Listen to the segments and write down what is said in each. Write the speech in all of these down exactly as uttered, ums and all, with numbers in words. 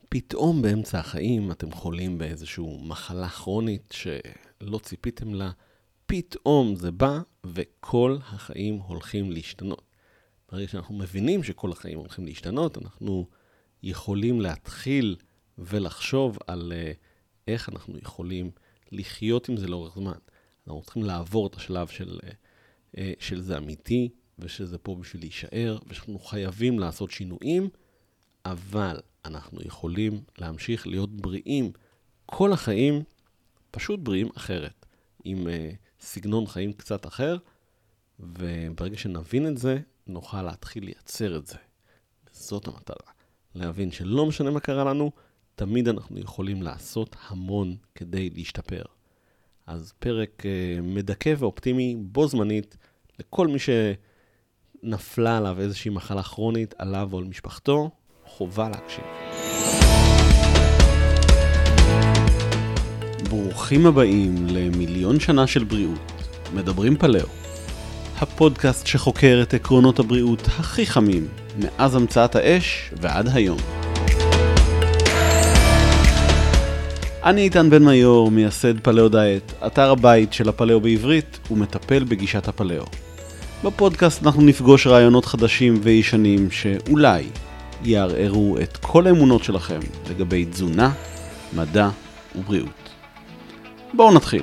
פתאום באמצע החיים אתם חולים באיזשהו מחלה כרונית שלא ציפיתם לה, פתאום זה בא וכל החיים הולכים להשתנות. ברגע שאנחנו מבינים שכל החיים הולכים להשתנות, אנחנו יכולים להתחיל ולחשוב על איך אנחנו יכולים לחיות עם זה לאורך זמן. אנחנו צריכים לעבור את השלב של, של זה אמיתי, ושזה פה בשביל להישאר, ושאנחנו חייבים לעשות שינויים, אבל אנחנו יכולים להמשיך להיות בריאים כל החיים, פשוט בריאים אחרת, עם uh, סגנון חיים קצת אחר, וברגע שנבין את זה, נוכל להתחיל לייצר את זה. וזאת המטרה. להבין שלא משנה מה קרה לנו, תמיד אנחנו יכולים לעשות המון כדי להשתפר. אז פרק uh, מדכא ואופטימי בו זמנית, לכל מי שנפלה עליו איזושהי מחלה כרונית, עליו או על משפחתו, חובה להקשיב. ברוכים הבאים למיליון שנה של בריאות. מדברים פלאו. הפודקאסט שחוקר את עקרונות הבריאות הכי חמים, מאז המצאת האש ועד היום. אני איתן בן מיור, מייסד פלאו דיאט, אתר הבית של הפלאו בעברית, ומטפל בגישת הפלאו. בפודקאסט אנחנו נפגוש רעיונות חדשים וישנים שאולי יערערו את כל האמונות שלכם לגבי תזונה, מדע ובריאות. בואו נתחיל.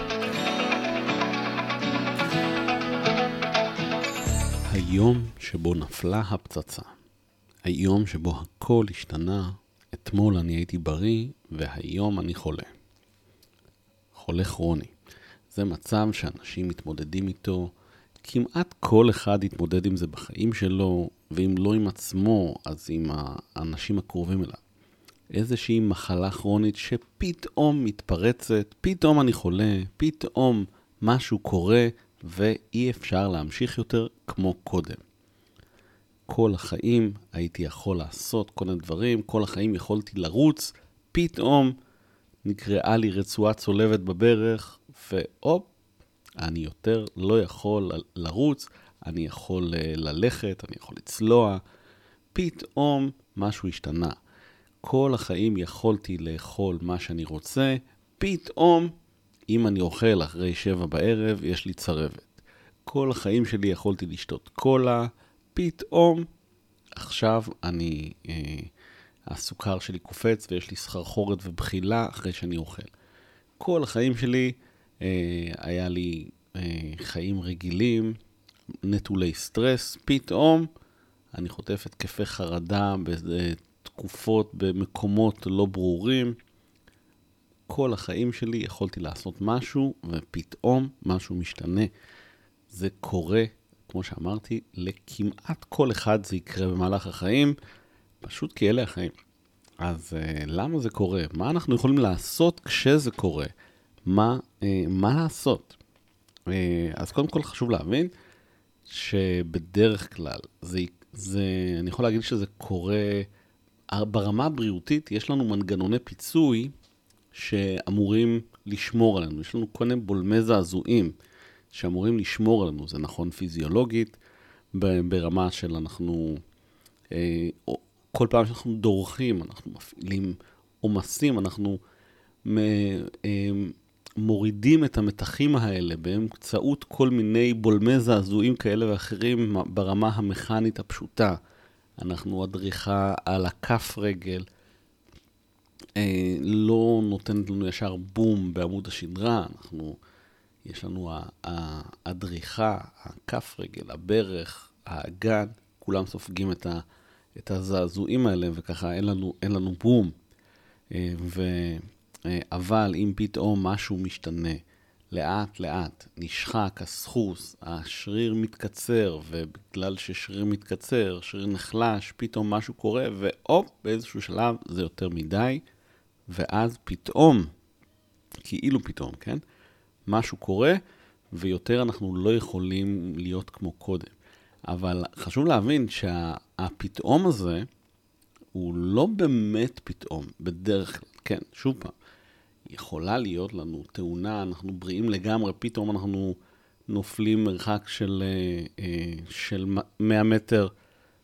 היום שבו נפלה הפצצה. היום שבו הכל השתנה. אתמול אני הייתי בריא והיום אני חולה. חולה כרוני. זה מצב שאנשים מתמודדים איתו. כמעט כל אחד יתמודד עם זה בחיים שלו, ואם לא עם עצמו, אז עם האנשים הקרובים אליו. איזושהי מחלה כרונית שפתאום מתפרצת, פתאום אני חולה, פתאום משהו קורה, ואי אפשר להמשיך יותר כמו קודם. כל החיים הייתי יכול לעשות כל מיני דברים, כל החיים יכולתי לרוץ, פתאום נקראה לי רצועה צולבת בברך, ואופ, אני יותר לא יכול לרוץ, אני יכול ללכת, אני יכול לצלוע. פתאום משהו השתנה. כל החיים יכולתי לאכול מה שאני רוצה, פתאום אם אני אוכל אחרי שבע בערב יש לי צרבת. כל החיים שלי יכולתי לשתות קולה, פתאום עכשיו אני, אה, הסוכר שלי קופץ ויש לי סחרחורת ובחילה אחרי שאני אוכל. כל החיים שלי אה, היה לי אה, חיים רגילים, נטולי סטרס, פתאום אני חוטף התקפי חרדה בתקופות, במקומות לא ברורים. כל החיים שלי יכולתי לעשות משהו ופתאום משהו משתנה. זה קורה, כמו שאמרתי, לכמעט כל אחד זה יקרה במהלך החיים, פשוט כי אלה החיים. אז אה, למה זה קורה? מה אנחנו יכולים לעשות כשזה קורה? מה, אה, מה לעשות? אה, אז קודם כל חשוב להבין שבדרך כלל, זה, זה, אני יכול להגיד שזה קורה, ברמה הבריאותית יש לנו מנגנוני פיצוי שאמורים לשמור עלינו. יש לנו כל מיני בולמי זעזועים שאמורים לשמור עלינו. זה נכון פיזיולוגית, ברמה של אנחנו, אה, כל פעם שאנחנו דורכים, אנחנו מפעילים עומסים, אנחנו מורידים את המתחים האלה באמצעות כל מיני בולמי זעזועים כאלה ואחרים ברמה המכנית הפשוטה. אנחנו הדריכה על הכף רגל, לא נותנת לנו ישר בום בעמוד השדרה, אנחנו, יש לנו הדריכה, הכף רגל, הברך, האגן, כולם סופגים את ה את הזעזועים האלה, וככה אין לנו, אין לנו בום. ו, אבל אם פתאום משהו משתנה, לאט לאט נשחק הסחוס, השריר מתקצר, ובגלל ששריר מתקצר, שריר נחלש, פתאום משהו קורה, ואופ, באיזשהו שלב זה יותר מדי, ואז פתאום, כאילו פתאום, כן? משהו קורה, ויותר אנחנו לא יכולים להיות כמו קודם. אבל חשוב להבין שהפתאום הזה הוא לא באמת פתאום, בדרך כלל, כן, שוב פעם, יכולה להיות לנו תאונה, אנחנו בריאים לגמרי, פתאום אנחנו נופלים מרחק של, של מאה מטר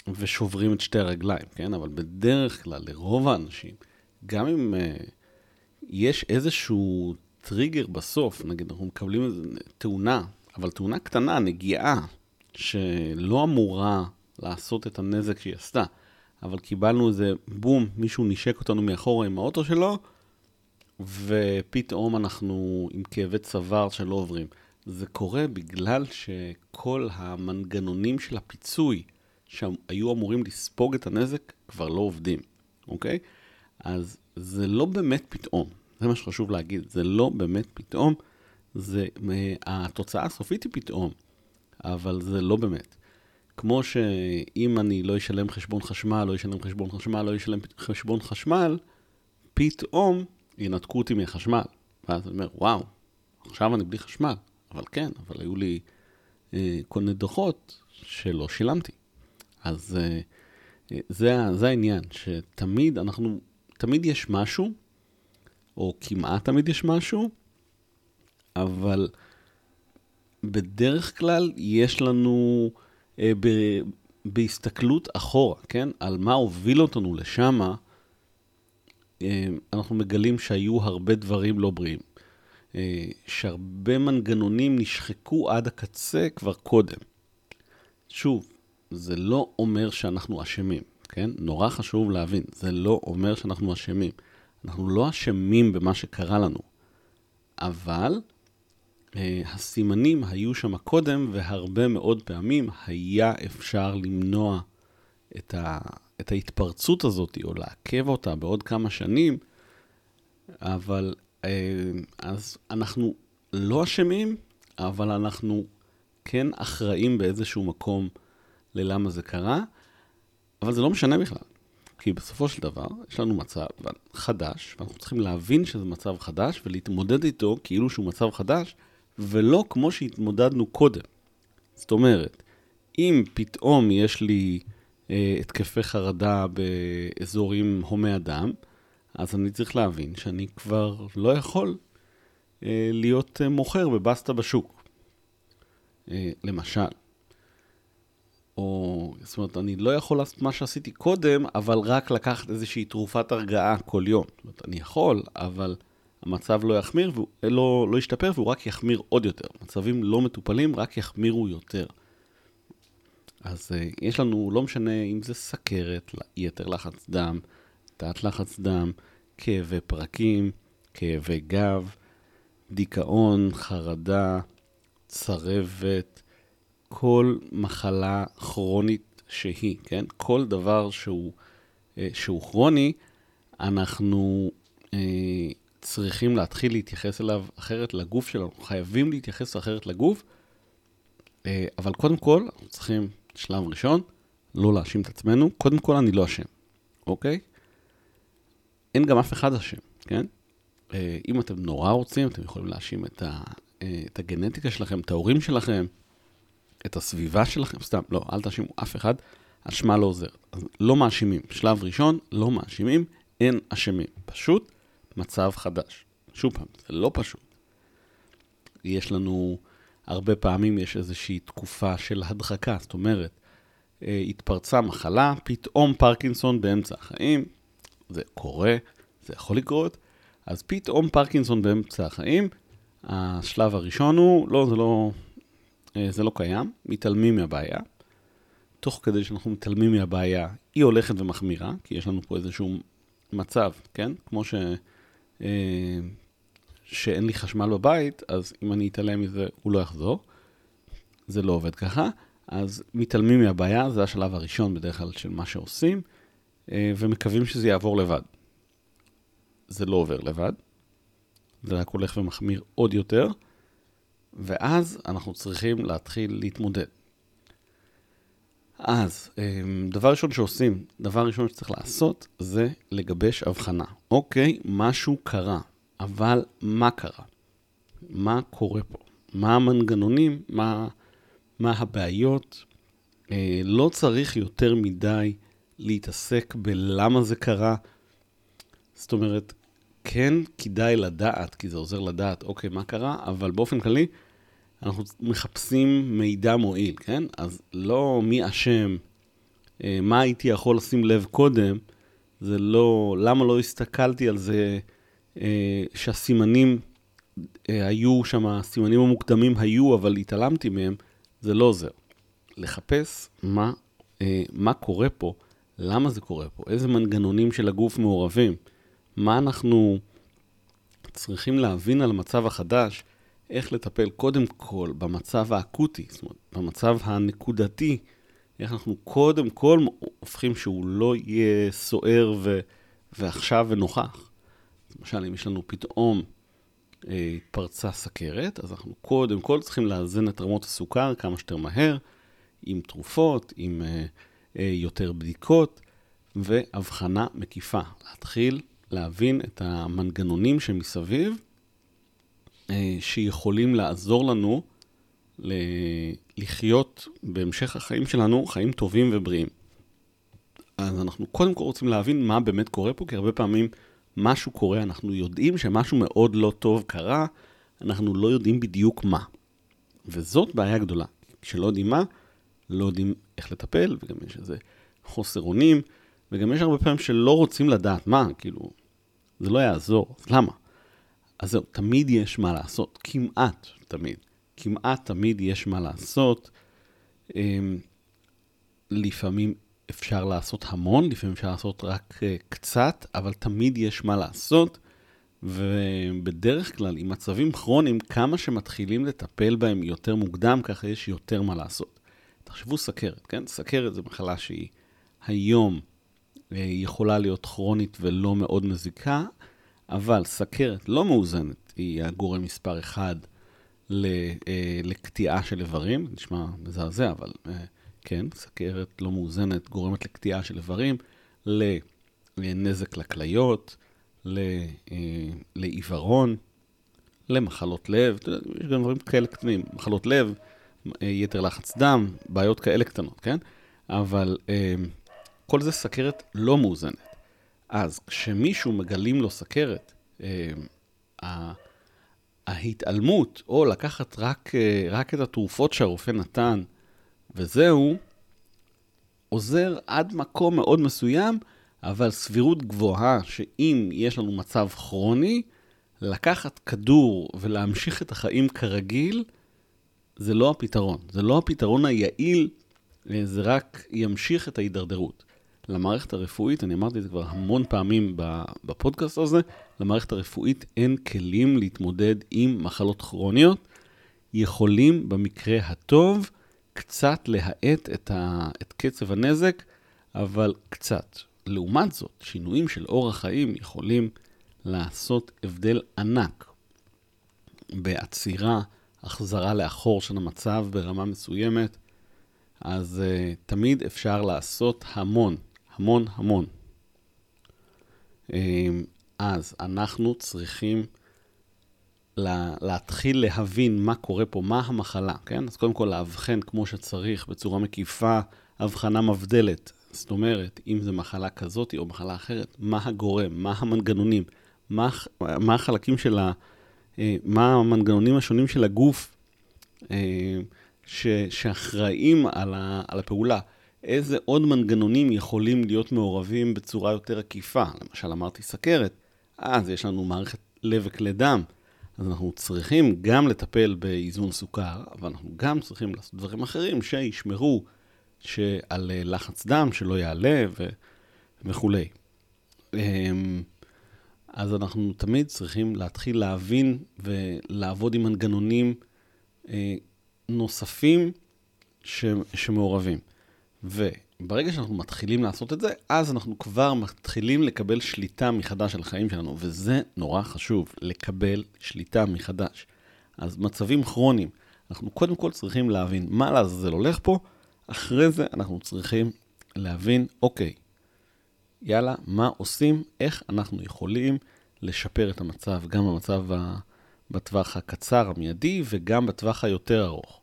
ושוברים את שתי הרגליים, כן? אבל בדרך כלל, לרוב האנשים, גם אם uh, יש איזשהו טריגר בסוף, נגיד אנחנו מקבלים איזו תאונה, אבל תאונה קטנה, נגיעה, שלא אמורה לעשות את הנזק שהיא עשתה, אבל קיבלנו איזה בום, מישהו נשק אותנו מאחורה עם האוטו שלו, ופתאום אנחנו עם כאבי צוואר שלא עוברים. זה קורה בגלל שכל המנגנונים של הפיצוי שהיו אמורים לספוג את הנזק כבר לא עובדים, אוקיי? אז זה לא באמת פתאום, זה מה שחשוב להגיד, זה לא באמת פתאום, זה, התוצאה הסופית היא פתאום, אבל זה לא באמת. כמו שאם אני לא אשלם חשבון חשמל, לא אשלם חשבון חשמל, לא אשלם חשבון חשמל, פתאום ינתקו אותי מהחשמל. ואז אני אומר, וואו, עכשיו אני בלי חשמל. אבל כן, אבל היו לי אה, כל מיני דוחות שלא שילמתי. אז אה, זה, זה העניין, שתמיד אנחנו, תמיד יש משהו, או כמעט תמיד יש משהו, אבל בדרך כלל יש לנו, אה, ב, בהסתכלות אחורה, כן? על מה הוביל אותנו לשם, אה, אנחנו מגלים שהיו הרבה דברים לא בריאים. אה, שהרבה מנגנונים נשחקו עד הקצה כבר קודם. שוב, זה לא אומר שאנחנו אשמים, כן? נורא חשוב להבין, זה לא אומר שאנחנו אשמים. אנחנו לא אשמים במה שקרה לנו, אבל אה, הסימנים היו שם קודם, והרבה מאוד פעמים היה אפשר למנוע את, ה, את ההתפרצות הזאת, או לעכב אותה בעוד כמה שנים, אבל אה, אז אנחנו לא אשמים, אבל אנחנו כן אחראים באיזשהו מקום ללמה זה קרה, אבל זה לא משנה בכלל. כי בסופו של דבר יש לנו מצב חדש, ואנחנו צריכים להבין שזה מצב חדש, ולהתמודד איתו כאילו שהוא מצב חדש, ולא כמו שהתמודדנו קודם. זאת אומרת, אם פתאום יש לי אה, התקפי חרדה באזורים הומי אדם, אז אני צריך להבין שאני כבר לא יכול אה, להיות אה, מוכר בבסטה בשוק. אה, למשל. או, זאת אומרת, אני לא יכול לעשות מה שעשיתי קודם, אבל רק לקחת איזושהי תרופת הרגעה כל יום. זאת אומרת, אני יכול, אבל המצב לא יחמיר, והוא לא, לא ישתפר, והוא רק יחמיר עוד יותר. מצבים לא מטופלים רק יחמירו יותר. אז uh, יש לנו, לא משנה אם זה סכרת, יתר לחץ דם, תת לחץ דם, כאבי פרקים, כאבי גב, דיכאון, חרדה, צרבת, כל מחלה כרונית שהיא, כן? כל דבר שהוא, אה, שהוא כרוני, אנחנו אה, צריכים להתחיל להתייחס אליו אחרת לגוף שלנו. חייבים להתייחס אחרת לגוף, אה, אבל קודם כל, אנחנו צריכים, שלב ראשון, לא להאשים את עצמנו. קודם כל, אני לא אשם, אוקיי? אין גם אף אחד אשם, כן? אה, אם אתם נורא רוצים, אתם יכולים להאשים את, ה, אה, את הגנטיקה שלכם, את ההורים שלכם, את הסביבה שלכם, סתם, לא, אל תאשימו אף אחד, אשמה לא עוזרת. אז לא מאשימים. שלב ראשון, לא מאשימים, אין אשמים. פשוט מצב חדש. שוב פעם, זה לא פשוט. יש לנו, הרבה פעמים יש איזושהי תקופה של הדחקה, זאת אומרת, התפרצה מחלה, פתאום פרקינסון באמצע החיים, זה קורה, זה יכול לקרות, אז פתאום פרקינסון באמצע החיים, השלב הראשון הוא, לא, זה לא... זה לא קיים, מתעלמים מהבעיה. תוך כדי שאנחנו מתעלמים מהבעיה, היא הולכת ומחמירה, כי יש לנו פה איזשהו מצב, כן? כמו ש... שאין לי חשמל בבית, אז אם אני אתעלם מזה, הוא לא יחזור. זה לא עובד ככה. אז מתעלמים מהבעיה, זה השלב הראשון בדרך כלל של מה שעושים, ומקווים שזה יעבור לבד. זה לא עובר לבד. זה רק הולך ומחמיר עוד יותר. ואז אנחנו צריכים להתחיל להתמודד. אז, דבר ראשון שעושים, דבר ראשון שצריך לעשות, זה לגבש הבחנה. אוקיי, משהו קרה, אבל מה קרה? מה קורה פה? מה המנגנונים? מה, מה הבעיות? לא צריך יותר מדי להתעסק בלמה זה קרה. זאת אומרת, כן כדאי לדעת, כי זה עוזר לדעת, אוקיי, מה קרה, אבל באופן כללי, אנחנו מחפשים מידע מועיל, כן? אז לא מי אשם מה הייתי יכול לשים לב קודם, זה לא, למה לא הסתכלתי על זה שהסימנים היו שם, הסימנים המוקדמים היו, אבל התעלמתי מהם, זה לא עוזר. לחפש מה, מה קורה פה, למה זה קורה פה, איזה מנגנונים של הגוף מעורבים, מה אנחנו צריכים להבין על המצב החדש, איך לטפל קודם כל במצב האקוטי, זאת אומרת, במצב הנקודתי, איך אנחנו קודם כל הופכים שהוא לא יהיה סוער ו- ועכשיו ונוכח. למשל, אם יש לנו פתאום אה, התפרצה סכרת, אז אנחנו קודם כל צריכים לאזן את רמות הסוכר כמה שיותר מהר, עם תרופות, עם אה, אה, יותר בדיקות, והבחנה מקיפה. להתחיל להבין את המנגנונים שמסביב, אה, שיכולים לעזור לנו לחיות בהמשך החיים שלנו חיים טובים ובריאים. אז אנחנו קודם כל רוצים להבין מה באמת קורה פה, כי הרבה פעמים משהו קורה, אנחנו יודעים שמשהו מאוד לא טוב קרה, אנחנו לא יודעים בדיוק מה. וזאת בעיה גדולה. כשלא יודעים מה, לא יודעים איך לטפל, וגם יש איזה חוסר אונים, וגם יש הרבה פעמים שלא רוצים לדעת מה, כאילו, זה לא יעזור, אז למה? אז זהו, תמיד יש מה לעשות, כמעט תמיד. כמעט תמיד יש מה לעשות. לפעמים אפשר לעשות המון, לפעמים אפשר לעשות רק קצת, אבל תמיד יש מה לעשות. ובדרך כלל, עם מצבים כרוניים, כמה שמתחילים לטפל בהם יותר מוקדם, ככה יש יותר מה לעשות. תחשבו סכרת, כן? סכרת זה מחלה שהיא היום יכולה להיות כרונית ולא מאוד מזיקה, אבל סכרת לא מאוזנת, היא הגורם מספר אחד לקטיעה של איברים, נשמע מזעזע, אבל כן, סכרת לא מאוזנת גורמת לקטיעה של איברים, לנזק לכליות, לעיוורון, למחלות לב, יש גם דברים כאלה קטנים, מחלות לב, יתר לחץ דם, בעיות כאלה קטנות, כן? אבל כל זה סכרת לא מאוזנת. אז כשמישהו מגלים לו סכרת, ההתעלמות, או לקחת רק, רק את התרופות שהרופא נתן, וזהו, עוזר עד מקום מאוד מסוים, אבל סבירות גבוהה שאם יש לנו מצב כרוני, לקחת כדור ולהמשיך את החיים כרגיל, זה לא הפתרון. זה לא הפתרון היעיל, זה רק ימשיך את ההידרדרות. למערכת הרפואית, אני אמרתי את זה כבר המון פעמים בפודקאסט הזה, למערכת הרפואית אין כלים להתמודד עם מחלות כרוניות, יכולים במקרה הטוב קצת להאט את, ה, את קצב הנזק, אבל קצת. לעומת זאת, שינויים של אורח חיים יכולים לעשות הבדל ענק בעצירה, החזרה לאחור של המצב ברמה מסוימת, אז uh, תמיד אפשר לעשות המון, המון, המון. Um, אז אנחנו צריכים לה, להתחיל להבין מה קורה פה, מה המחלה, כן? אז קודם כל להבחן כמו שצריך, בצורה מקיפה, הבחנה מבדלת. זאת אומרת, אם זה מחלה כזאת או מחלה אחרת, מה הגורם, מה המנגנונים, מה, מה החלקים של ה... מה המנגנונים השונים של הגוף ש, שאחראים על, ה, על הפעולה. איזה עוד מנגנונים יכולים להיות מעורבים בצורה יותר עקיפה. למשל, אמרתי סכרת, אז יש לנו מערכת לב וכלי דם, אז אנחנו צריכים גם לטפל באיזון סוכר, אבל אנחנו גם צריכים לעשות דברים אחרים שישמרו שעל לחץ דם שלא יעלה ו... וכו'. אז אנחנו תמיד צריכים להתחיל להבין ולעבוד עם מנגנונים נוספים ש... שמעורבים. וברגע שאנחנו מתחילים לעשות את זה, אז אנחנו כבר מתחילים לקבל שליטה מחדש על החיים שלנו, וזה נורא חשוב, לקבל שליטה מחדש. אז מצבים כרוניים, אנחנו קודם כל צריכים להבין מה לעזאזל הולך פה, אחרי זה אנחנו צריכים להבין, אוקיי, יאללה, מה עושים, איך אנחנו יכולים לשפר את המצב, גם במצב בטווח הקצר המיידי, וגם בטווח היותר ארוך.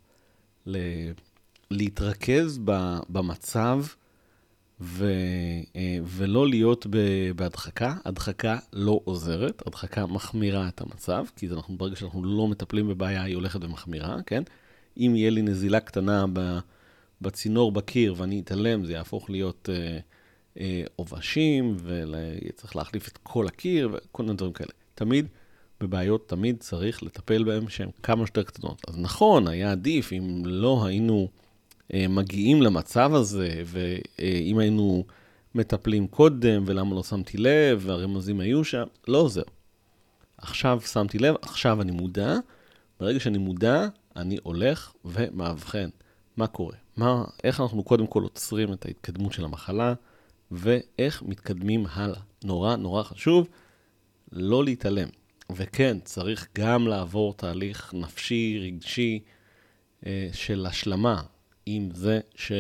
להתרכז במצב, ו, ולא להיות בהדחקה. הדחקה לא עוזרת, הדחקה מחמירה את המצב, כי זה אנחנו, ברגע שאנחנו לא מטפלים בבעיה, היא הולכת ומחמירה, כן? אם יהיה לי נזילה קטנה ב, בצינור בקיר ואני אתעלם, זה יהפוך להיות אה, אה, עובשים, וצריך להחליף את כל הקיר וכל מיני דברים כאלה. תמיד בבעיות, תמיד צריך לטפל בהם שהן כמה שיותר קטנות. אז נכון, היה עדיף אם לא היינו אה, מגיעים למצב הזה, ואם היינו מטפלים קודם, ולמה לא שמתי לב, והרמזים היו שם, לא עוזר. עכשיו שמתי לב, עכשיו אני מודע, ברגע שאני מודע, אני הולך ומאבחן. מה קורה? מה, איך אנחנו קודם כל עוצרים את ההתקדמות של המחלה, ואיך מתקדמים הלאה. נורא נורא חשוב לא להתעלם. וכן, צריך גם לעבור תהליך נפשי, רגשי, של השלמה עם זה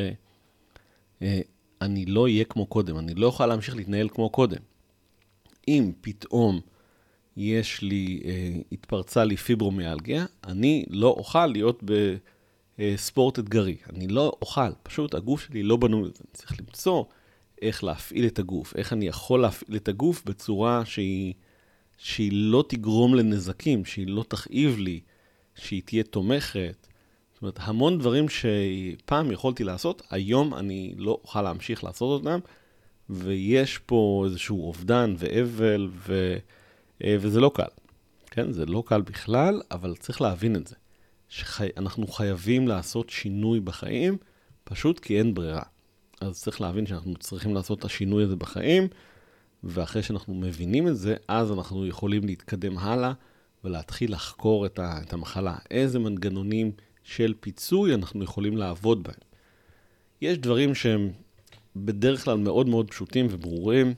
שאני לא אהיה כמו קודם. אני לא אוכל להמשיך להתנהל כמו קודם. אם פתאום יש לי, התפרצה לי פיברומיאלגיה, אני לא אוכל להיות בספורט אתגרי. אני לא אוכל. פשוט הגוף שלי לא בנוי. אני צריך למצוא איך להפעיל את הגוף. איך אני יכול להפעיל את הגוף בצורה שהיא... שהיא לא תגרום לנזקים, שהיא לא תכאיב לי, שהיא תהיה תומכת. זאת אומרת, המון דברים שפעם יכולתי לעשות, היום אני לא אוכל להמשיך לעשות אותם, ויש פה איזשהו אובדן ואבל, ו... וזה לא קל. כן? זה לא קל בכלל, אבל צריך להבין את זה. שאנחנו חייבים לעשות שינוי בחיים, פשוט כי אין ברירה. אז צריך להבין שאנחנו צריכים לעשות את השינוי הזה בחיים, ואחרי שאנחנו מבינים את זה, אז אנחנו יכולים להתקדם הלאה, ולהתחיל לחקור את, ה, את המחלה. איזה מנגנונים של פיצוי אנחנו יכולים לעבוד בהם. יש דברים שהם בדרך כלל מאוד מאוד פשוטים וברורים,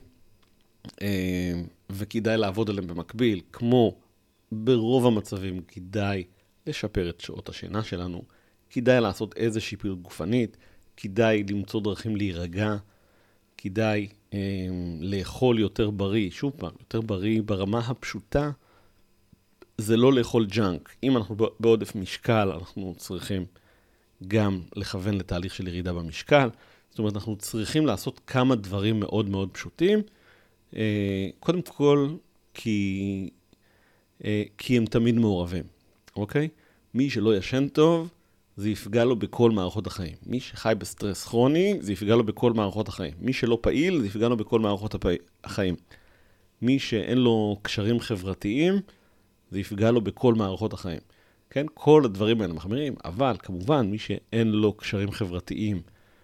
וכדאי לעבוד עליהם במקביל, כמו ברוב המצבים כדאי לשפר את שעות השינה שלנו, כדאי לעשות איזושהי פעילות גופנית, כדאי למצוא דרכים להירגע, כדאי אה, לאכול יותר בריא. שוב פעם, יותר בריא ברמה הפשוטה, זה לא לאכול ג'אנק. אם אנחנו בעודף משקל, אנחנו צריכים גם לכוון לתהליך של ירידה במשקל. זאת אומרת, אנחנו צריכים לעשות כמה דברים מאוד מאוד פשוטים. אה, קודם כל, כי, אה, כי הם תמיד מעורבים. אוקיי? מי שלא ישן טוב, זה יפגע לו בכל מערכות החיים. מי שחי בסטרס כרוני, זה יפגע לו בכל מערכות החיים. מי שלא פעיל, זה יפגע לו בכל מערכות החיים. מי שאין לו קשרים חברתיים, זה יפגע לו בכל מערכות החיים. כן? כל הדברים האלה מחמירים, אבל כמובן, מי שאין לו קשרים חברתיים,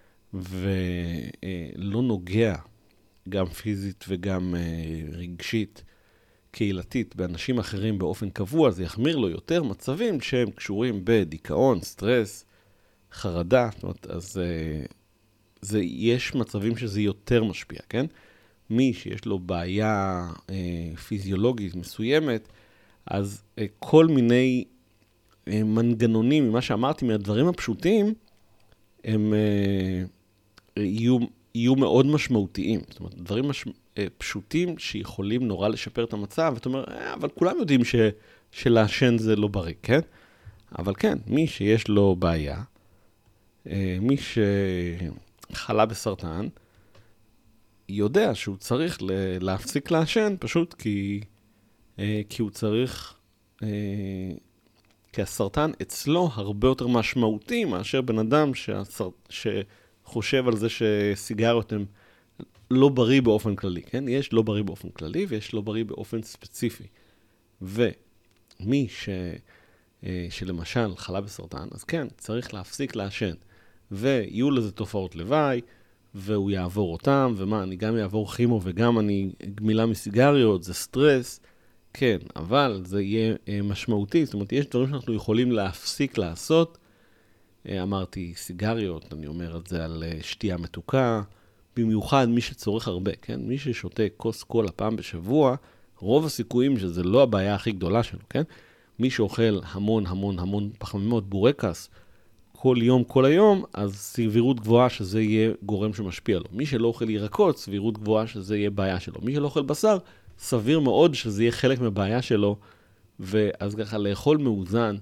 ולא נוגע, גם פיזית וגם רגשית, קהילתית, באנשים אחרים באופן קבוע, זה יחמיר לו יותר מצבים שהם קשורים בדיכאון, סטרס, חרדה. זאת אומרת, אז זה, יש מצבים שזה יותר משפיע, כן? מי שיש לו בעיה אה, פיזיולוגית מסוימת, אז אה, כל מיני אה, מנגנונים, ממה שאמרתי, מהדברים הפשוטים, הם אה, יהיו, יהיו מאוד משמעותיים. זאת אומרת, דברים מש... פשוטים שיכולים נורא לשפר את המצב, ואתה אומר, אה, אבל כולם יודעים ש... שלעשן זה לא בריא, כן? אבל כן, מי שיש לו בעיה, אה, מי שחלה בסרטן, יודע שהוא צריך להפסיק לעשן, פשוט כי, אה, כי הוא צריך, אה, כי הסרטן אצלו הרבה יותר משמעותי מאשר בן אדם שהסר... שחושב על זה שסיגריות הן לא בריא באופן כללי, כן? יש לא בריא באופן כללי ויש לא בריא באופן ספציפי. ומי ש... שלמשל חלה בסרטן, אז כן, צריך להפסיק לעשן. ויהיו לזה תופעות לוואי, והוא יעבור אותם, ומה, אני גם יעבור כימו וגם אני גמילה מסיגריות, זה סטרס, כן, אבל זה יהיה משמעותי, זאת אומרת, יש דברים שאנחנו יכולים להפסיק לעשות. אמרתי סיגריות, אני אומר את זה על שתייה מתוקה, במיוחד מי שצורך הרבה, כן? מי ששותה כוס קולה פעם בשבוע, רוב הסיכויים שזה לא הבעיה הכי גדולה שלו, כן? מי שאוכל המון המון המון פחמימות, בורקס, כל יום, כל היום, אז סבירות גבוהה שזה יהיה גורם שמשפיע לו. מי שלא אוכל ירקות, סבירות גבוהה שזה יהיה בעיה שלו. מי שלא אוכל בשר, סביר מאוד שזה יהיה חלק מהבעיה שלו, ואז ככה לאכול מאוזן,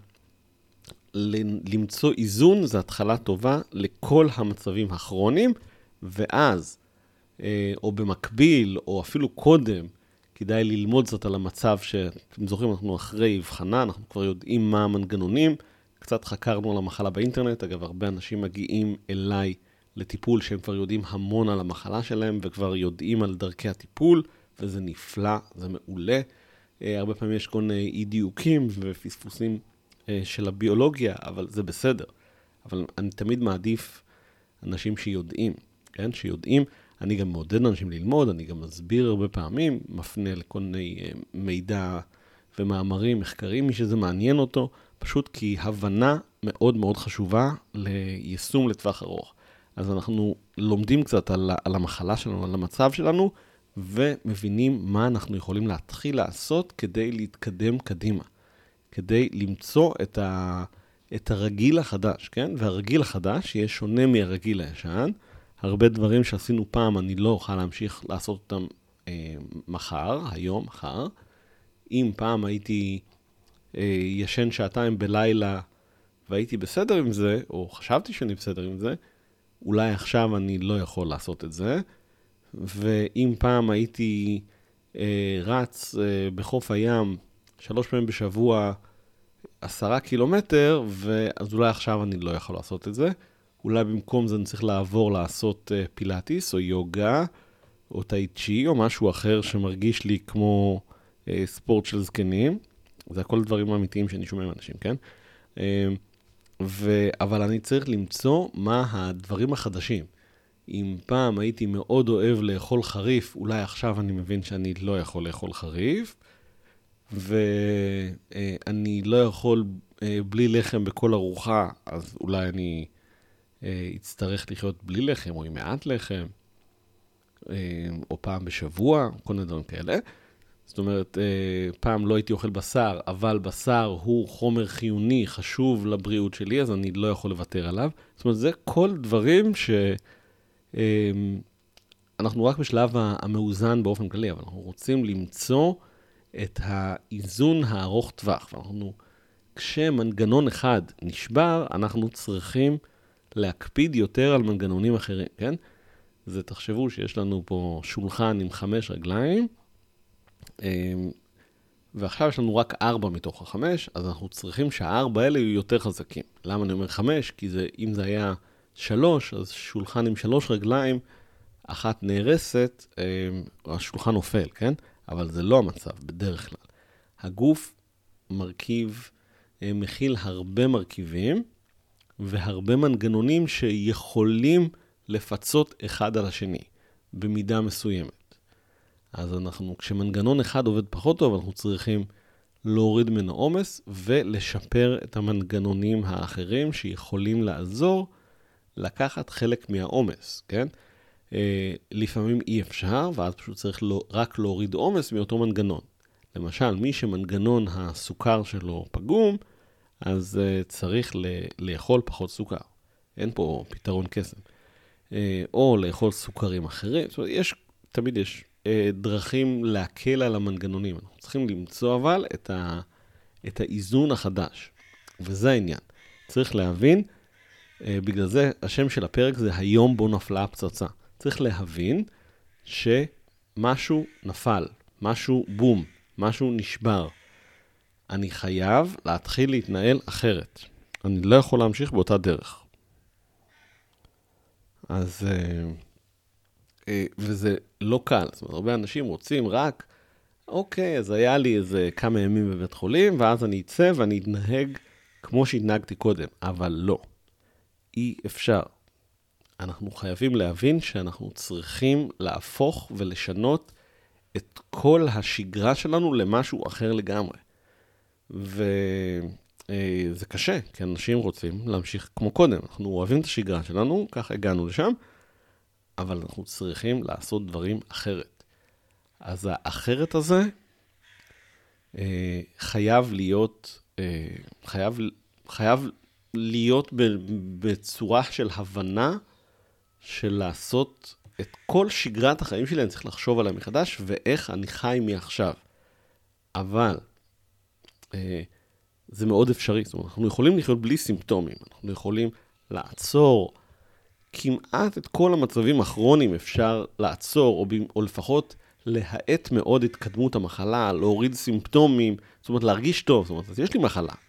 למצוא איזון, זה התחלה טובה לכל המצבים הכרוניים, ואז, או במקביל, או אפילו קודם, כדאי ללמוד זאת על המצב שאתם זוכרים, אנחנו אחרי הבחנה, אנחנו כבר יודעים מה המנגנונים, קצת חקרנו על המחלה באינטרנט, אגב, הרבה אנשים מגיעים אליי לטיפול שהם כבר יודעים המון על המחלה שלהם, וכבר יודעים על דרכי הטיפול, וזה נפלא, זה מעולה. הרבה פעמים יש כל מיני אי דיוקים ופספוסים של הביולוגיה, אבל זה בסדר. אבל אני תמיד מעדיף אנשים שיודעים, כן? שיודעים. אני גם מעודד אנשים ללמוד, אני גם מסביר הרבה פעמים, מפנה לכל מיני מידע ומאמרים, מחקרים, מי שזה מעניין אותו, פשוט כי הבנה מאוד מאוד חשובה ליישום לטווח ארוך. אז אנחנו לומדים קצת על, על המחלה שלנו, על המצב שלנו, ומבינים מה אנחנו יכולים להתחיל לעשות כדי להתקדם קדימה. כדי למצוא את, ה, את הרגיל החדש, כן? והרגיל החדש יהיה שונה מהרגיל הישן. הרבה דברים שעשינו פעם, אני לא אוכל להמשיך לעשות אותם אה, מחר, היום, מחר. אם פעם הייתי אה, ישן שעתיים בלילה והייתי בסדר עם זה, או חשבתי שאני בסדר עם זה, אולי עכשיו אני לא יכול לעשות את זה. ואם פעם הייתי אה, רץ אה, בחוף הים שלוש פעמים בשבוע עשרה קילומטר, אז אולי עכשיו אני לא יכול לעשות את זה. אולי במקום זה אני צריך לעבור לעשות אה, פילאטיס או יוגה או טאי צ'י או משהו אחר שמרגיש לי כמו אה, ספורט של זקנים. זה הכל דברים אמיתיים שאני שומע מאנשים, כן? אה, ו... אבל אני צריך למצוא מה הדברים החדשים. אם פעם הייתי מאוד אוהב לאכול חריף, אולי עכשיו אני מבין שאני לא יכול לאכול חריף, ואני לא יכול בלי לחם בכל ארוחה, אז אולי אני אצטרך לחיות בלי לחם או עם מעט לחם, או פעם בשבוע, כל מיני דברים כאלה. זאת אומרת, פעם לא הייתי אוכל בשר, אבל בשר הוא חומר חיוני, חשוב לבריאות שלי, אז אני לא יכול לוותר עליו. זאת אומרת, זה כל דברים ש... אנחנו רק בשלב המאוזן באופן כללי, אבל אנחנו רוצים למצוא את האיזון הארוך טווח. ואנחנו, כשמנגנון אחד נשבר, אנחנו צריכים להקפיד יותר על מנגנונים אחרים, כן? זה תחשבו שיש לנו פה שולחן עם חמש רגליים, ועכשיו יש לנו רק ארבע מתוך החמש, אז אנחנו צריכים שהארבע האלה יהיו יותר חזקים. למה אני אומר חמש? כי זה, אם זה היה שלוש, אז שולחן עם שלוש רגליים, אחת נהרסת, השולחן נופל, כן? אבל זה לא המצב, בדרך כלל. הגוף מרכיב, מכיל הרבה מרכיבים, והרבה מנגנונים שיכולים לפצות אחד על השני, במידה מסוימת. אז אנחנו, כשמנגנון אחד עובד פחות טוב, אנחנו צריכים להוריד ממנו עומס, ולשפר את המנגנונים האחרים שיכולים לעזור, לקחת חלק מהעומס, כן? אה, לפעמים אי אפשר, ואז פשוט צריך לא, רק להוריד עומס מאותו מנגנון. למשל, מי שמנגנון הסוכר שלו פגום, אז אה, צריך ל- לאכול פחות סוכר. אין פה פתרון קסם. אה, או לאכול סוכרים אחרים. זאת אומרת, יש, תמיד יש אה, דרכים להקל על המנגנונים. אנחנו צריכים למצוא אבל את, ה- את האיזון החדש. וזה העניין. צריך להבין, בגלל זה השם של הפרק זה היום בו נפלה הפצצה. צריך להבין שמשהו נפל, משהו בום, משהו נשבר. אני חייב להתחיל להתנהל אחרת. אני לא יכול להמשיך באותה דרך. אז, וזה לא קל. זאת אומרת, הרבה אנשים רוצים רק, אוקיי, אז היה לי איזה כמה ימים בבית חולים, ואז אני אצא ואני אתנהג כמו שהתנהגתי קודם. אבל לא. אי אפשר. אנחנו חייבים להבין שאנחנו צריכים להפוך ולשנות את כל השגרה שלנו למשהו אחר לגמרי. וזה קשה, כי אנשים רוצים להמשיך כמו קודם. אנחנו אוהבים את השגרה שלנו, ככה הגענו לשם, אבל אנחנו צריכים לעשות דברים אחרת. אז האחרת הזה חייב להיות, חייב, חייב להיות בצורה של הבנה של לעשות את כל שגרת החיים שלי, אני צריך לחשוב עליה מחדש, ואיך אני חי מעכשיו. אבל אה, זה מאוד אפשרי. זאת אומרת, אנחנו יכולים לחיות בלי סימפטומים, אנחנו יכולים לעצור כמעט את כל המצבים הכרוניים אפשר לעצור, או, או לפחות להאט מאוד התקדמות המחלה, להוריד סימפטומים, זאת אומרת להרגיש טוב. זאת אומרת, אז יש לי מחלה.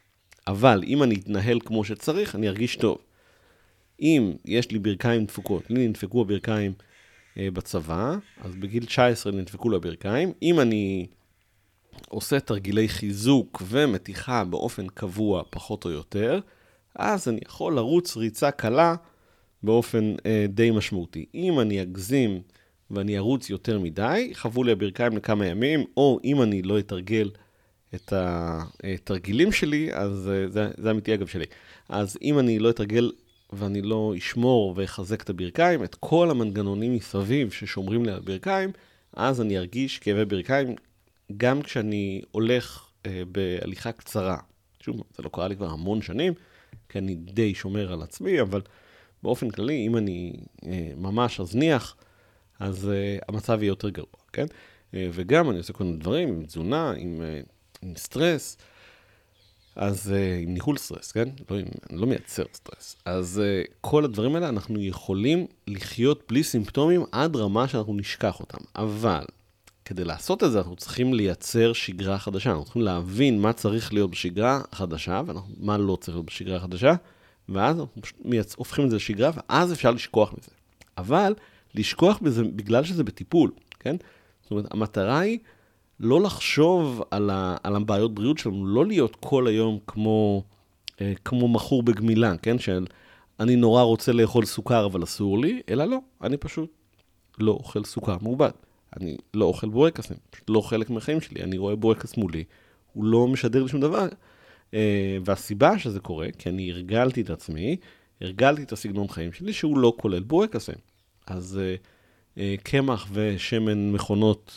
אבל אם אני אתנהל כמו שצריך, אני ארגיש טוב. אם יש לי ברכיים דפוקות, לי נדפקו הברכיים אה, בצבא, אז בגיל תשע עשרה נדפקו לו הברכיים. אם אני עושה תרגילי חיזוק ומתיחה באופן קבוע פחות או יותר, אז אני יכול לרוץ ריצה קלה באופן אה, די משמעותי. אם אני אגזים ואני ארוץ יותר מדי, חוו לי הברכיים לכמה ימים, או אם אני לא אתרגל את התרגילים שלי, אז זה, זה אמיתי אגב שלי. אז אם אני לא אתרגל ואני לא אשמור ואחזק את הברכיים, את כל המנגנונים מסביב ששומרים לי על הברכיים, אז אני ארגיש כאבי ברכיים גם כשאני הולך אה, בהליכה קצרה. שוב, זה לא קרה לי כבר המון שנים, כי אני די שומר על עצמי, אבל באופן כללי, אם אני אה, ממש אזניח, אז אה, המצב יהיה יותר גרוע, כן? אה, וגם אני עושה כל מיני דברים, עם תזונה, עם, אה, עם סטרס, אז אה, עם ניהול סטרס, כן? לא, עם, לא מייצר סטרס. אז אה, כל הדברים האלה אנחנו יכולים לחיות בלי סימפטומים עד רמה שאנחנו נשכח אותם. אבל כדי לעשות את זה, אנחנו צריכים לייצר שגרה חדשה. אנחנו צריכים להבין מה צריך להיות בשגרה החדשה, ומה לא צריך להיות בשגרה החדשה, ואז אנחנו פשוט מייצ... הופכים את זה לשגרה, ואז אפשר לשכוח מזה. אבל לשכוח בזה בגלל שזה בטיפול, כן? זאת אומרת, המטרה היא לא לחשוב על, ה... על הבעיות בריאות שלנו, לא להיות כל היום כמו, אה, כמו מחור בגמילה, כן? של אני נורא רוצה לאכול סוכר, אבל אסור לי, אלא לא, אני פשוט לא אוכל סוכר מעובד. אני לא אוכל בורקסים, פשוט לא חלק מהחיים שלי, אני רואה בורקס מולי, הוא לא משדר לי שום דבר. והסיבה שזה קורה, כי אני הרגלתי את עצמי, הרגלתי את הסגנון חיים שלי, שהוא לא כולל בורקסים. אז קמח ושמן מכונות,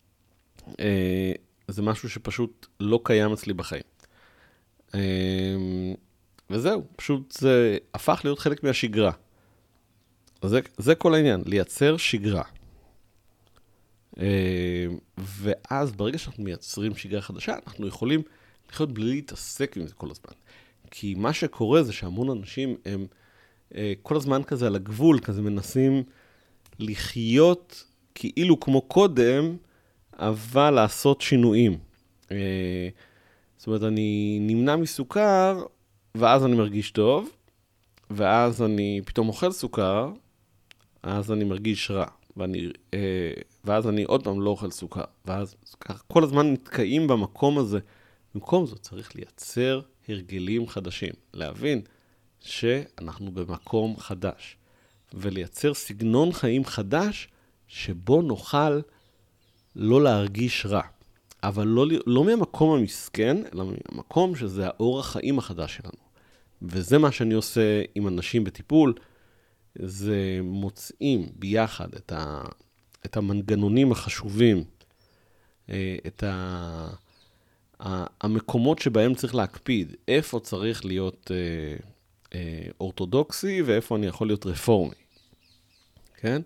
זה משהו שפשוט לא קיים אצלי בחיים. וזהו, פשוט זה הפך להיות חלק מהשגרה. זה, זה כל העניין, לייצר שגרה. ואז ברגע שאנחנו מייצרים שגרה חדשה, אנחנו יכולים לחיות בלי להתעסק עם זה כל הזמן. כי מה שקורה זה שהמון אנשים הם כל הזמן כזה על הגבול, כזה מנסים לחיות כאילו כמו קודם, אבל לעשות שינויים. זאת אומרת, אני נמנע מסוכר, ואז אני מרגיש טוב, ואז אני פתאום אוכל סוכר, אז אני מרגיש רע. ואני, אה, ואז אני עוד פעם לא אוכל סוכר, ואז ככה, כל הזמן נתקעים במקום הזה. במקום זאת צריך לייצר הרגלים חדשים, להבין שאנחנו במקום חדש, ולייצר סגנון חיים חדש, שבו נוכל לא להרגיש רע, אבל לא, לא מהמקום המסכן, אלא מהמקום שזה האורח חיים החדש שלנו. וזה מה שאני עושה עם אנשים בטיפול, זה מוצאים ביחד את, ה, את המנגנונים החשובים, את ה, המקומות שבהם צריך להקפיד, איפה צריך להיות אורתודוקסי ואיפה אני יכול להיות רפורמי. כן?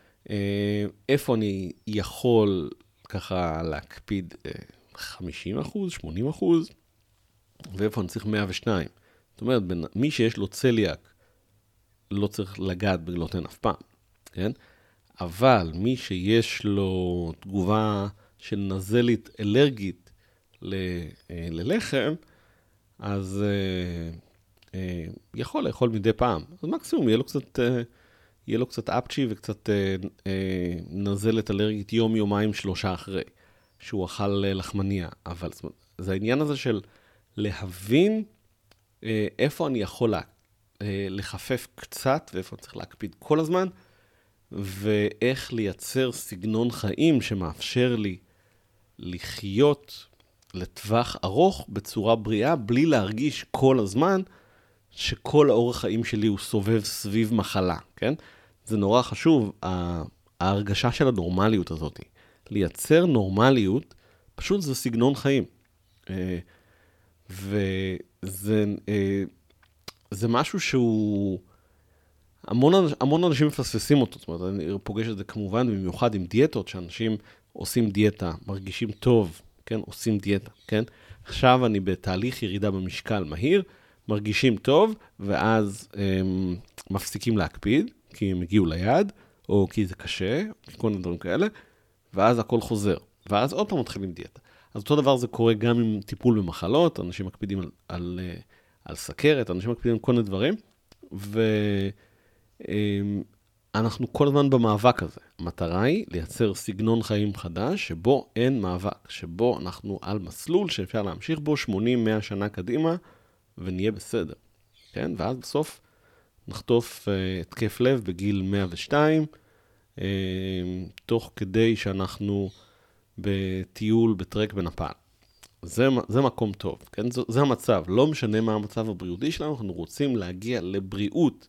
איפה אני יכול ככה להקפיד חמישים אחוז, שמונים אחוז, ואיפה אני צריך מאה ושתיים. זאת אומרת, מי שיש לו צליאק, לא צריך לגעת בגלוטן אף פעם, כן? אבל מי שיש לו תגובה של נזלית אלרגית ל- ללחם, אז אה, אה, יכול לאכול מדי פעם. אז מקסימום יהיה לו קצת, אה, יהיה לו קצת אפצ'י וקצת אה, אה, נזלת אלרגית יום, יומיים, שלושה אחרי, שהוא אכל אה, לחמניה. אבל זאת אומרת, זה העניין הזה של להבין אה, איפה אני יכול לה, אה, לחפף קצת, ואיפה אני צריך להקפיד כל הזמן, ואיך לייצר סגנון חיים שמאפשר לי לחיות לטווח ארוך בצורה בריאה, בלי להרגיש כל הזמן שכל האורח חיים שלי הוא סובב סביב מחלה, כן? זה נורא חשוב, ההרגשה של הנורמליות הזאת. לייצר נורמליות, פשוט זה סגנון חיים. וזה זה משהו שהוא... המון, המון אנשים מפספסים אותו, זאת אומרת, אני פוגש את זה כמובן, במיוחד עם דיאטות, שאנשים עושים דיאטה, מרגישים טוב, כן, עושים דיאטה, כן? עכשיו אני בתהליך ירידה במשקל מהיר, מרגישים טוב, ואז הם מפסיקים להקפיד, כי הם הגיעו ליד, או כי זה קשה, כל מיני דברים כאלה, ואז הכל חוזר, ואז עוד פעם מתחילים דיאטה. אז אותו דבר זה קורה גם עם טיפול במחלות, אנשים מקפידים על, על, על סכרת, אנשים מקפידים על כל מיני דברים, ואנחנו כל הזמן במאבק הזה. המטרה היא לייצר סגנון חיים חדש, שבו אין מאבק, שבו אנחנו על מסלול שאפשר להמשיך בו שמונים מאה שנה קדימה, ונהיה בסדר. כן? ואז בסוף נחטוף התקף לב בגיל מאה ושתיים, תוך כדי שאנחנו בטיול, בטרק בנפאל. זה, זה מקום טוב, כן? זה, זה המצב. לא משנה מה המצב הבריאותי שלנו, אנחנו רוצים להגיע לבריאות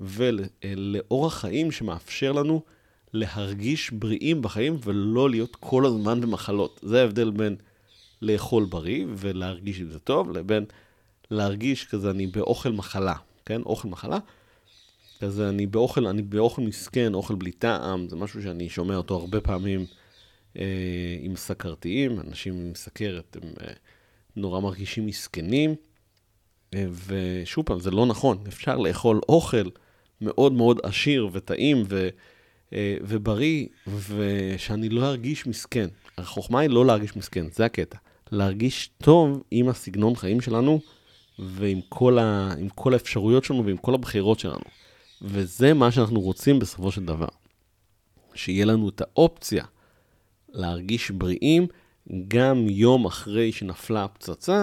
ולאורח חיים שמאפשר לנו להרגיש בריאים בחיים ולא להיות כל הזמן במחלות. זה ההבדל בין לאכול בריא ולהרגיש עם זה טוב, לבין להרגיש כזה אני באוכל מחלה, כן? אוכל מחלה. כזה אני באוכל, אני באוכל מסכן, אוכל בלי טעם, זה משהו שאני שומע אותו הרבה פעמים אה, עם סכרתיים, אנשים עם סכרת, הם אה, נורא מרגישים מסכנים, אה, ושוב פעם, זה לא נכון, אפשר לאכול אוכל מאוד מאוד עשיר וטעים ו, אה, ובריא, ושאני לא ארגיש מסכן. החוכמה היא לא להרגיש מסכן, זה הקטע. להרגיש טוב עם הסגנון חיים שלנו, ועם כל, ה, עם כל האפשרויות שלנו ועם כל הבחירות שלנו. וזה מה שאנחנו רוצים בסופו של דבר. שיהיה לנו את האופציה להרגיש בריאים גם יום אחרי שנפלה הפצצה,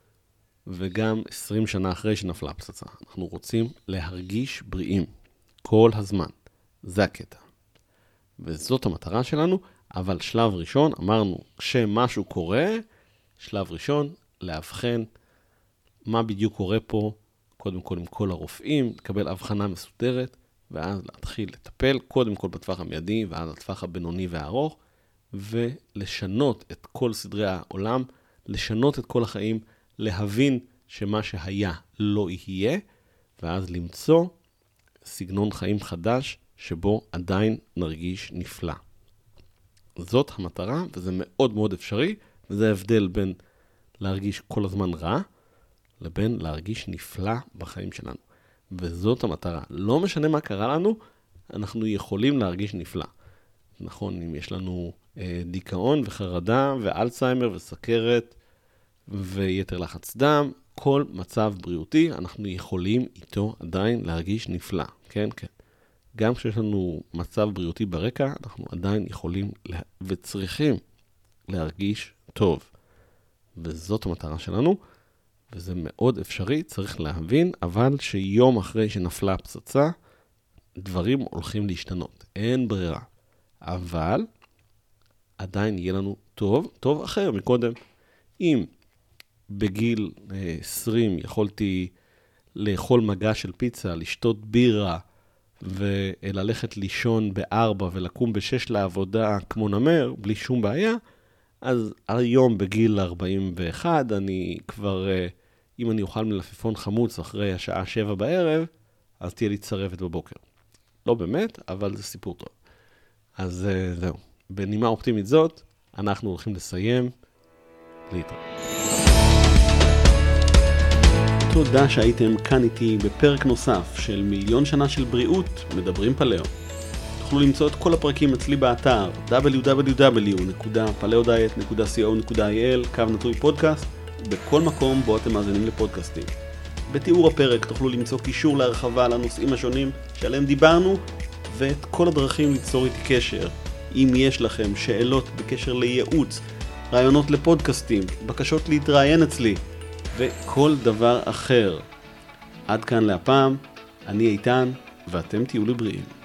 וגם עשרים שנה אחרי שנפלה הפצצה. אנחנו רוצים להרגיש בריאים כל הזמן. זה הקטע. וזאת המטרה שלנו, אבל שלב ראשון, אמרנו, כשמשהו קורה, שלב ראשון, להבחן מה בדיוק קורה פה, קודם כל עם כל הרופאים, לקבל הבחנה מסודרת, ואז להתחיל לטפל, קודם כל בטווח המיידי, ואז לטווח הבינוני והארוך, ולשנות את כל סדרי העולם, לשנות את כל החיים, להבין שמה שהיה לא יהיה, ואז למצוא סגנון חיים חדש, שבו עדיין נרגיש נפלא. זאת המטרה, וזה מאוד מאוד אפשרי, וזה ההבדל בין להרגיש כל הזמן רע, לבין להרגיש נפלא בחיים שלנו. וזאת המטרה. לא משנה מה קרה לנו, אנחנו יכולים להרגיש נפלא. נכון, אם יש לנו אה, דיכאון וחרדה ואלצהיימר וסכרת ויתר לחץ דם, כל מצב בריאותי, אנחנו יכולים איתו עדיין להרגיש נפלא. כן, כן. גם כשיש לנו מצב בריאותי ברקע, אנחנו עדיין יכולים לה... וצריכים להרגיש טוב. וזאת המטרה שלנו. וזה מאוד אפשרי, צריך להבין, אבל שיום אחרי שנפלה הפצצה, דברים הולכים להשתנות. אין ברירה. אבל עדיין יהיה לנו טוב, טוב אחר מקודם. אם בגיל עשרים יכולתי לאכול מגע של פיצה, לשתות בירה, וללכת לישון בארבע ולקום בשש לעבודה כמו נמר, בלי שום בעיה, אז היום בגיל ארבעים ואחת, אני כבר, אם אני אוכל מלפפון חמוץ אחרי השעה שבע בערב, אז תהיה לי צרבת בבוקר. לא באמת, אבל זה סיפור טוב. אז זהו. בנימה אופטימית זאת, אנחנו הולכים לסיים. להתראות. תודה שהייתם כאן איתי בפרק נוסף של מיליון שנה של בריאות, מדברים פלאו. תוכלו למצוא את כל הפרקים אצלי באתר דאבליו דאבליו דאבליו נקודה פלאודיאט נקודה סי או נקודה איי אל, קו נטוי פודקאסט, בכל מקום בו אתם מאזינים לפודקאסטים. בתיאור הפרק תוכלו למצוא קישור להרחבה על הנושאים השונים שעליהם דיברנו, ואת כל הדרכים ליצור איתי קשר. אם יש לכם שאלות בקשר לייעוץ, רעיונות לפודקאסטים, בקשות להתראיין אצלי, וכל דבר אחר. עד כאן להפעם, אני איתן, ואתם תהיו לבריאים.